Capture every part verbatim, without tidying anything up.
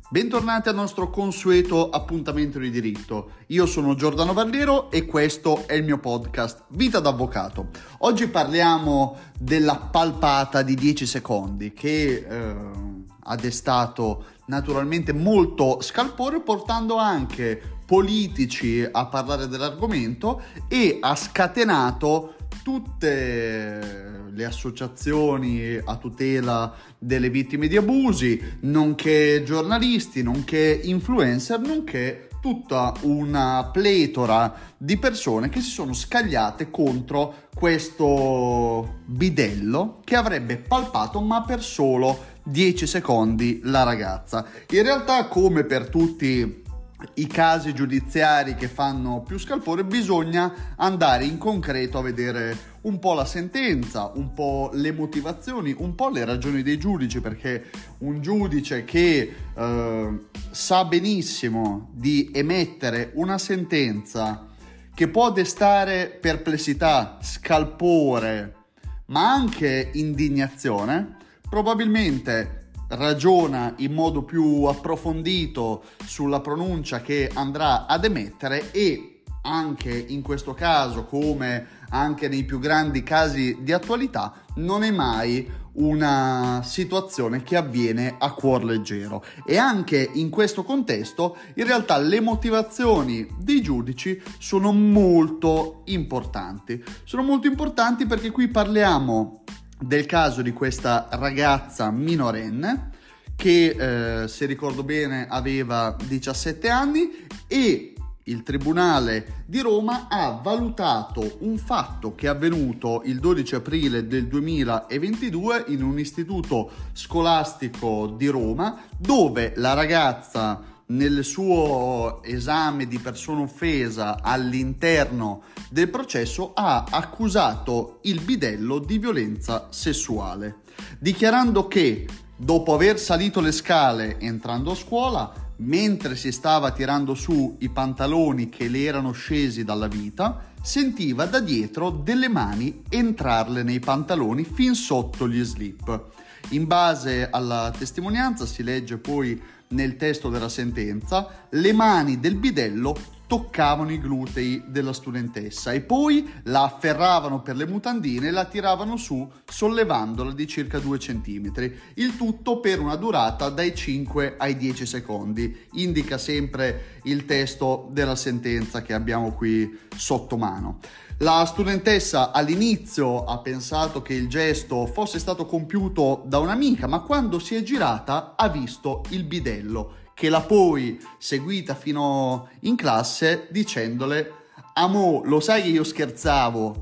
Bentornati al nostro consueto appuntamento di diritto. Io sono Giordano Vallero e questo è il mio podcast Vita d'Avvocato. Oggi parliamo della palpata di dieci secondi che eh, ha destato naturalmente molto scalpore, portando anche politici a parlare dell'argomento e ha scatenato tutte le associazioni a tutela delle vittime di abusi, nonché giornalisti, nonché influencer, nonché tutta una pletora di persone che si sono scagliate contro questo bidello che avrebbe palpato ma per solo dieci secondi la ragazza. In realtà, come per tutti i casi giudiziari che fanno più scalpore, bisogna andare in concreto a vedere un po' la sentenza, un po' le motivazioni, un po' le ragioni dei giudici, perché un giudice che eh, sa benissimo di emettere una sentenza che può destare perplessità, scalpore, ma anche indignazione, probabilmente ragiona in modo più approfondito sulla pronuncia che andrà ad emettere e anche in questo caso, come anche nei più grandi casi di attualità, non è mai una situazione che avviene a cuor leggero. E anche in questo contesto in realtà le motivazioni dei giudici sono molto importanti. Sono molto importanti perché qui parliamo del caso di questa ragazza minorenne che, eh, se ricordo bene, aveva diciassette anni e il Tribunale di Roma ha valutato un fatto che è avvenuto il dodici aprile del duemilaventidue in un istituto scolastico di Roma, dove la ragazza, nel suo esame di persona offesa all'interno del processo, ha accusato il bidello di violenza sessuale, dichiarando che dopo aver salito le scale entrando a scuola, mentre si stava tirando su i pantaloni che le erano scesi dalla vita, sentiva da dietro delle mani entrarle nei pantaloni fin sotto gli slip. In base alla testimonianza si legge poi nel testo della sentenza, le mani del bidello toccavano i glutei della studentessa e poi la afferravano per le mutandine e la tiravano su sollevandola di circa due centimetri, il tutto per una durata dai cinque ai dieci secondi. Indica sempre il testo della sentenza che abbiamo qui sotto mano. La studentessa all'inizio ha pensato che il gesto fosse stato compiuto da un'amica, ma quando si è girata ha visto il bidello, che l'ha poi seguita fino in classe dicendole: "Amo, lo sai che io scherzavo?"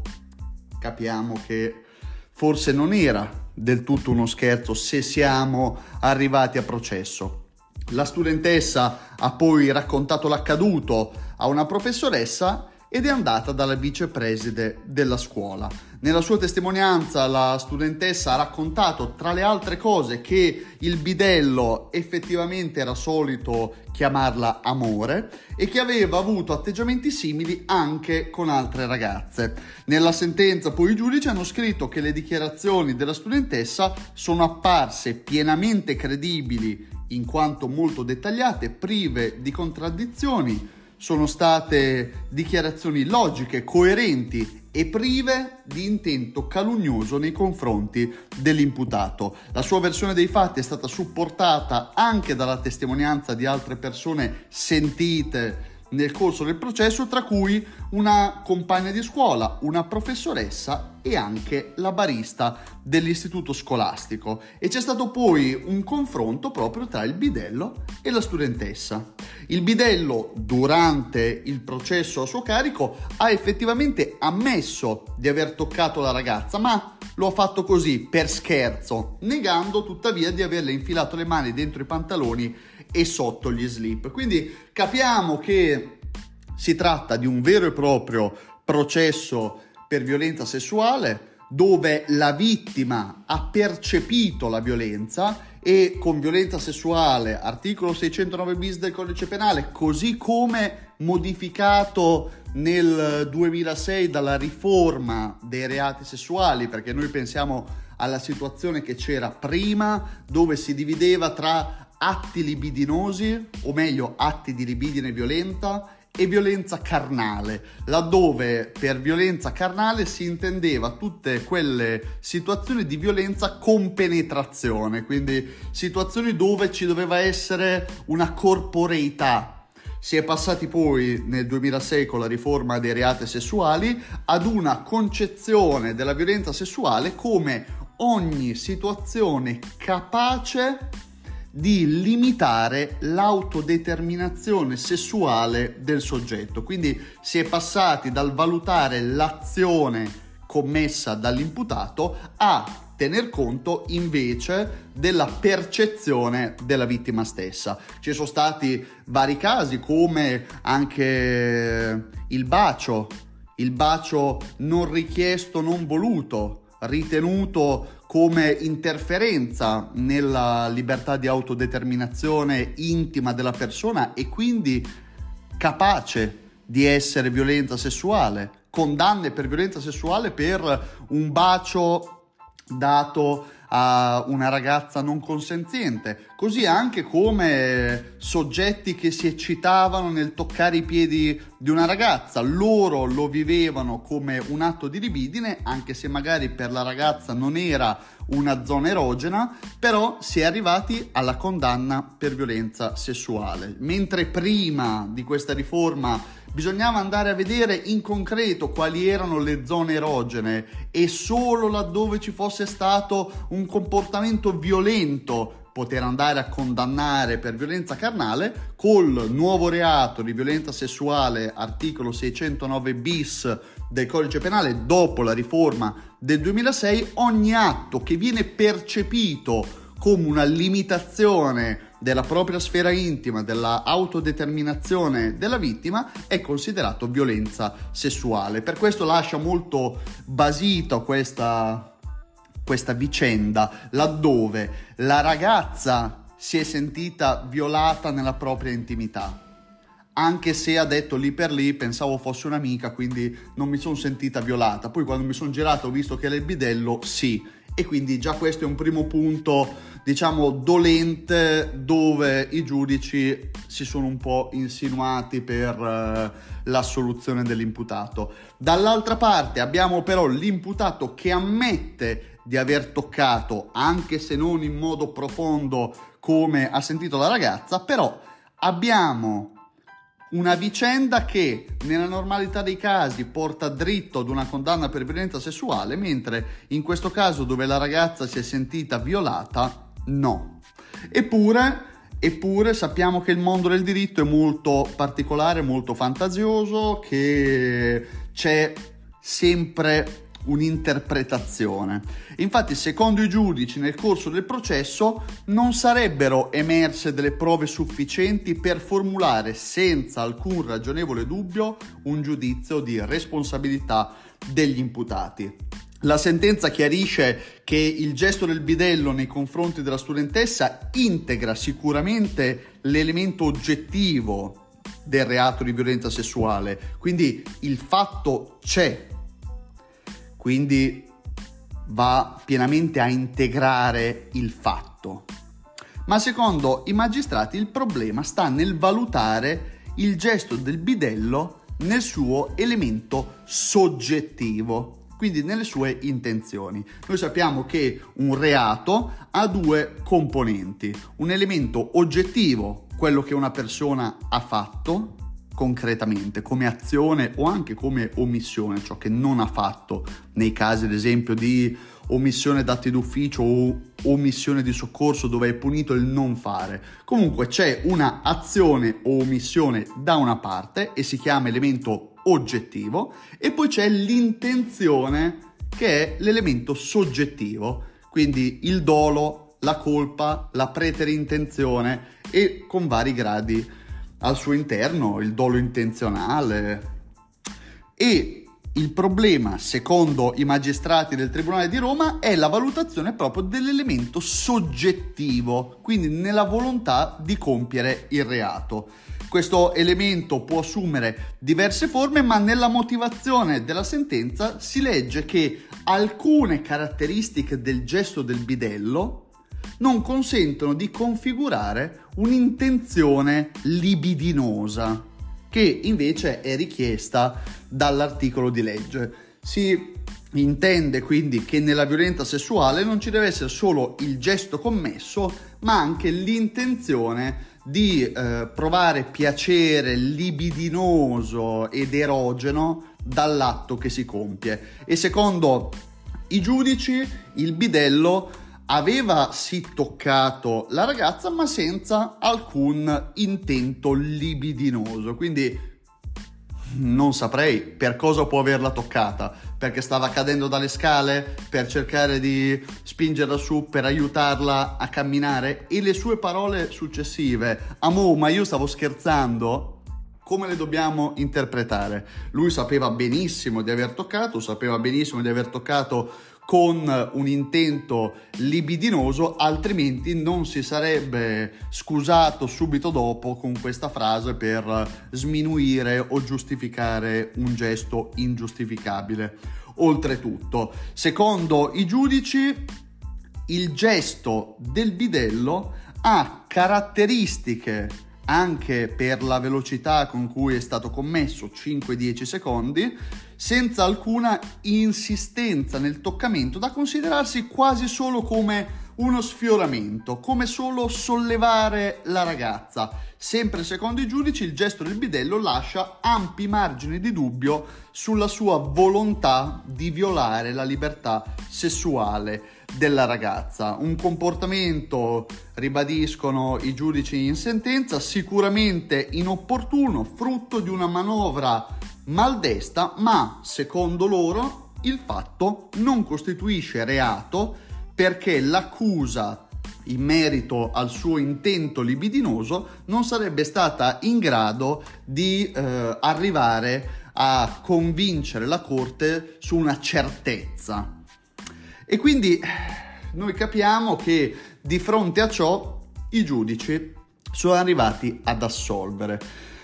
Capiamo che forse non era del tutto uno scherzo se siamo arrivati a processo. La studentessa ha poi raccontato l'accaduto a una professoressa ed è andata dalla vicepreside della scuola. Nella sua testimonianza la studentessa ha raccontato, tra le altre cose, che il bidello effettivamente era solito chiamarla amore e che aveva avuto atteggiamenti simili anche con altre ragazze. Nella sentenza poi i giudici hanno scritto che le dichiarazioni della studentessa sono apparse pienamente credibili in quanto molto dettagliate, prive di contraddizioni. Sono state dichiarazioni logiche, coerenti e prive di intento calunnioso nei confronti dell'imputato. La sua versione dei fatti è stata supportata anche dalla testimonianza di altre persone sentite nel corso del processo, tra cui una compagna di scuola, una professoressa e anche la barista dell'istituto scolastico. E c'è stato poi un confronto proprio tra il bidello e la studentessa. Il bidello, durante il processo a suo carico, ha effettivamente ammesso di aver toccato la ragazza, ma lo ha fatto così per scherzo, negando tuttavia di averle infilato le mani dentro i pantaloni e sotto gli slip. Quindi capiamo che si tratta di un vero e proprio processo per violenza sessuale, dove la vittima ha percepito la violenza e con violenza sessuale, articolo seicentonove bis del codice penale, così come modificato nel duemilasei dalla riforma dei reati sessuali, perché noi pensiamo alla situazione che c'era prima, dove si divideva tra atti libidinosi, o meglio atti di libidine violenta, e violenza carnale, laddove per violenza carnale si intendeva tutte quelle situazioni di violenza con penetrazione, quindi situazioni dove ci doveva essere una corporeità. Si è passati poi nel duemilasei con la riforma dei reati sessuali ad una concezione della violenza sessuale come ogni situazione capace di limitare l'autodeterminazione sessuale del soggetto. Quindi si è passati dal valutare l'azione commessa dall'imputato a tener conto invece della percezione della vittima stessa. Ci sono stati vari casi, come anche il bacio, il bacio non richiesto, non voluto, ritenuto come interferenza nella libertà di autodeterminazione intima della persona e quindi capace di essere violenza sessuale, condanne per violenza sessuale per un bacio dato a una ragazza non consenziente, così anche come soggetti che si eccitavano nel toccare i piedi di una ragazza, loro lo vivevano come un atto di libidine, anche se magari per la ragazza non era una zona erogena, però si è arrivati alla condanna per violenza sessuale, mentre prima di questa riforma bisognava andare a vedere in concreto quali erano le zone erogene e solo laddove ci fosse stato un comportamento violento poter andare a condannare per violenza carnale. Col nuovo reato di violenza sessuale, articolo seicentonove bis del codice penale, dopo la riforma del duemilasei, ogni atto che viene percepito come una limitazione della propria sfera intima, della autodeterminazione della vittima, è considerato violenza sessuale. Per questo lascia molto basito questa, questa vicenda, laddove la ragazza si è sentita violata nella propria intimità, anche se ha detto lì per lì pensavo fosse un'amica, quindi non mi sono sentita violata. Poi quando mi sono girato ho visto che era il bidello, sì. E quindi già questo è un primo punto, diciamo, dolente, dove i giudici si sono un po' insinuati per uh, l'assoluzione dell'imputato. Dall'altra parte abbiamo però l'imputato che ammette di aver toccato, anche se non in modo profondo come ha sentito la ragazza, però abbiamo una vicenda che nella normalità dei casi porta dritto ad una condanna per violenza sessuale, mentre in questo caso, dove la ragazza si è sentita violata, no. Eppure, eppure sappiamo che il mondo del diritto è molto particolare, molto fantasioso, che c'è sempre un'interpretazione. Infatti, secondo i giudici, nel corso del processo non sarebbero emerse delle prove sufficienti per formulare senza alcun ragionevole dubbio un giudizio di responsabilità degli imputati. La sentenza chiarisce che il gesto del bidello nei confronti della studentessa integra sicuramente l'elemento oggettivo del reato di violenza sessuale, quindi il fatto c'è, quindi va pienamente a integrare il fatto. Ma secondo i magistrati il problema sta nel valutare il gesto del bidello nel suo elemento soggettivo, quindi nelle sue intenzioni. Noi sappiamo che un reato ha due componenti: un elemento oggettivo, quello che una persona ha fatto concretamente come azione o anche come omissione, ciò che non ha fatto nei casi ad esempio di omissione d'atti d'ufficio o omissione di soccorso, dove è punito il non fare. Comunque c'è una azione o omissione da una parte e si chiama elemento oggettivo, e poi c'è l'intenzione che è l'elemento soggettivo, quindi il dolo, la colpa, la preterintenzione e con vari gradi al suo interno il dolo intenzionale. E il problema, secondo i magistrati del Tribunale di Roma, è la valutazione proprio dell'elemento soggettivo, quindi nella volontà di compiere il reato. Questo elemento può assumere diverse forme, ma nella motivazione della sentenza si legge che alcune caratteristiche del gesto del bidello non consentono di configurare un'intenzione libidinosa, che invece è richiesta dall'articolo di legge. Si intende quindi che nella violenza sessuale non ci deve essere solo il gesto commesso, ma anche l'intenzione di eh, provare piacere libidinoso ed erogeno dall'atto che si compie. E secondo i giudici il bidello aveva sì toccato la ragazza, ma senza alcun intento libidinoso, quindi non saprei per cosa può averla toccata, perché stava cadendo dalle scale, per cercare di spingerla su, per aiutarla a camminare. E le sue parole successive, amò, ma io stavo scherzando, come le dobbiamo interpretare? Lui sapeva benissimo di aver toccato, sapeva benissimo di aver toccato con un intento libidinoso, altrimenti non si sarebbe scusato subito dopo con questa frase per sminuire o giustificare un gesto ingiustificabile. Oltretutto, secondo i giudici, il gesto del bidello ha caratteristiche anche per la velocità con cui è stato commesso, cinque dieci secondi, senza alcuna insistenza nel toccamento, da considerarsi quasi solo come uno sfioramento, come solo sollevare la ragazza. Sempre secondo i giudici il gesto del bidello lascia ampi margini di dubbio sulla sua volontà di violare la libertà sessuale della ragazza. Un comportamento, ribadiscono i giudici in sentenza, sicuramente inopportuno, frutto di una manovra maldestra, ma secondo loro il fatto non costituisce reato perché l'accusa in merito al suo intento libidinoso non sarebbe stata in grado di eh, arrivare a convincere la Corte su una certezza. E quindi noi capiamo che di fronte a ciò i giudici sono arrivati ad assolvere.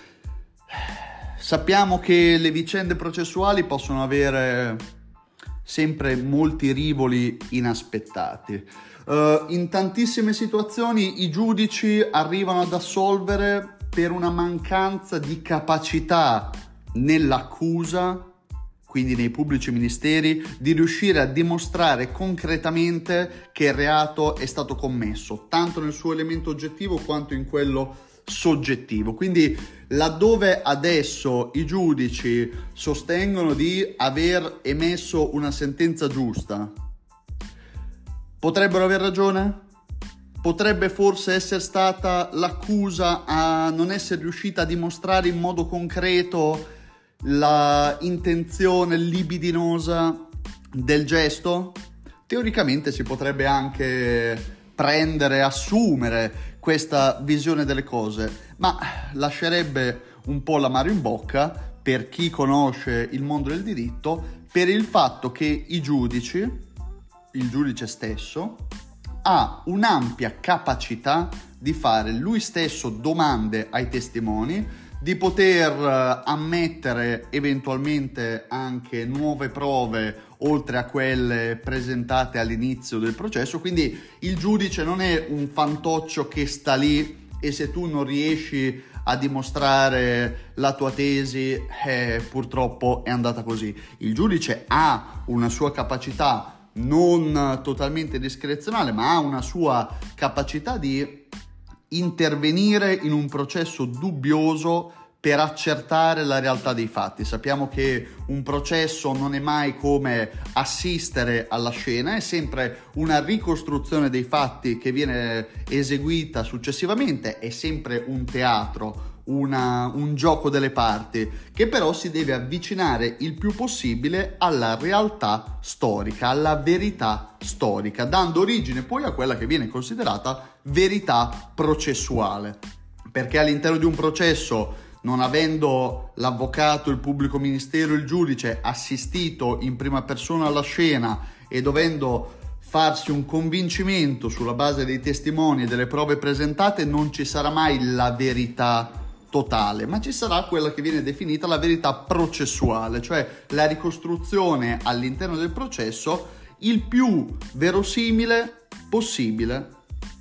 Sappiamo che le vicende processuali possono avere sempre molti rivoli inaspettati. Uh, in tantissime situazioni i giudici arrivano ad assolvere per una mancanza di capacità nell'accusa, quindi nei pubblici ministeri, di riuscire a dimostrare concretamente che il reato è stato commesso, tanto nel suo elemento oggettivo quanto in quello soggettivo. Quindi laddove adesso i giudici sostengono di aver emesso una sentenza giusta, potrebbero aver ragione? Potrebbe forse essere stata l'accusa a non essere riuscita a dimostrare in modo concreto la intenzione libidinosa del gesto? Teoricamente si potrebbe anche prendere, assumere questa visione delle cose, ma lascerebbe un po' l'amaro in bocca per chi conosce il mondo del diritto, per il fatto che i giudici, il giudice stesso, ha un'ampia capacità di fare lui stesso domande ai testimoni, di poter ammettere eventualmente anche nuove prove oltre a quelle presentate all'inizio del processo. Quindi il giudice non è un fantoccio che sta lì e se tu non riesci a dimostrare la tua tesi, eh, purtroppo è andata così. Il giudice ha una sua capacità non totalmente discrezionale, ma ha una sua capacità di intervenire in un processo dubbioso per accertare la realtà dei fatti. Sappiamo che un processo non è mai come assistere alla scena, è sempre una ricostruzione dei fatti che viene eseguita successivamente, è sempre un teatro, una, un gioco delle parti, che però si deve avvicinare il più possibile alla realtà storica, alla verità storica, dando origine poi a quella che viene considerata verità processuale. Perché all'interno di un processo, non avendo l'avvocato, il pubblico ministero, il giudice assistito in prima persona alla scena e dovendo farsi un convincimento sulla base dei testimoni e delle prove presentate, non ci sarà mai la verità totale, ma ci sarà quella che viene definita la verità processuale, cioè la ricostruzione all'interno del processo il più verosimile possibile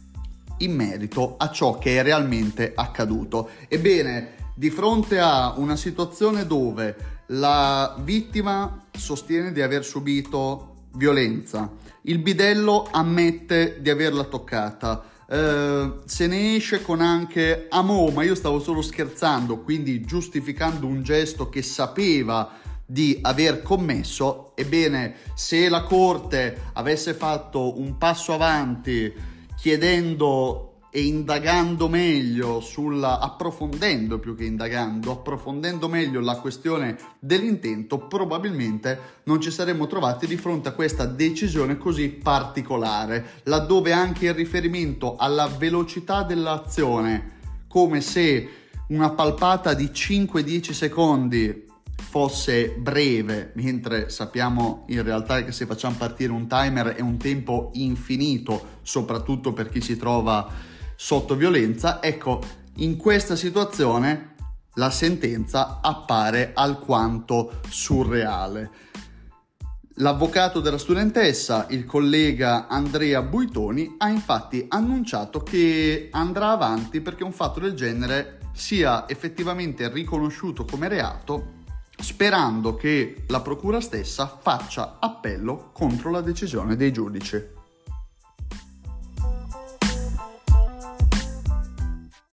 in merito a ciò che è realmente accaduto. Ebbene, di fronte a una situazione dove la vittima sostiene di aver subito violenza, il bidello ammette di averla toccata, eh, se ne esce con anche "amo, ma io stavo solo scherzando", quindi giustificando un gesto che sapeva di aver commesso. Ebbene, se la Corte avesse fatto un passo avanti chiedendo e indagando meglio sulla, approfondendo più che indagando, approfondendo meglio la questione dell'intento, probabilmente non ci saremmo trovati di fronte a questa decisione così particolare, laddove anche il riferimento alla velocità dell'azione, come se una palpata di cinque dieci secondi fosse breve, mentre sappiamo in realtà che se facciamo partire un timer è un tempo infinito, soprattutto per chi si trova sotto violenza. Ecco, in questa situazione la sentenza appare alquanto surreale. L'avvocato della studentessa, il collega Andrea Buitoni, ha infatti annunciato che andrà avanti perché un fatto del genere sia effettivamente riconosciuto come reato, sperando che la procura stessa faccia appello contro la decisione dei giudici.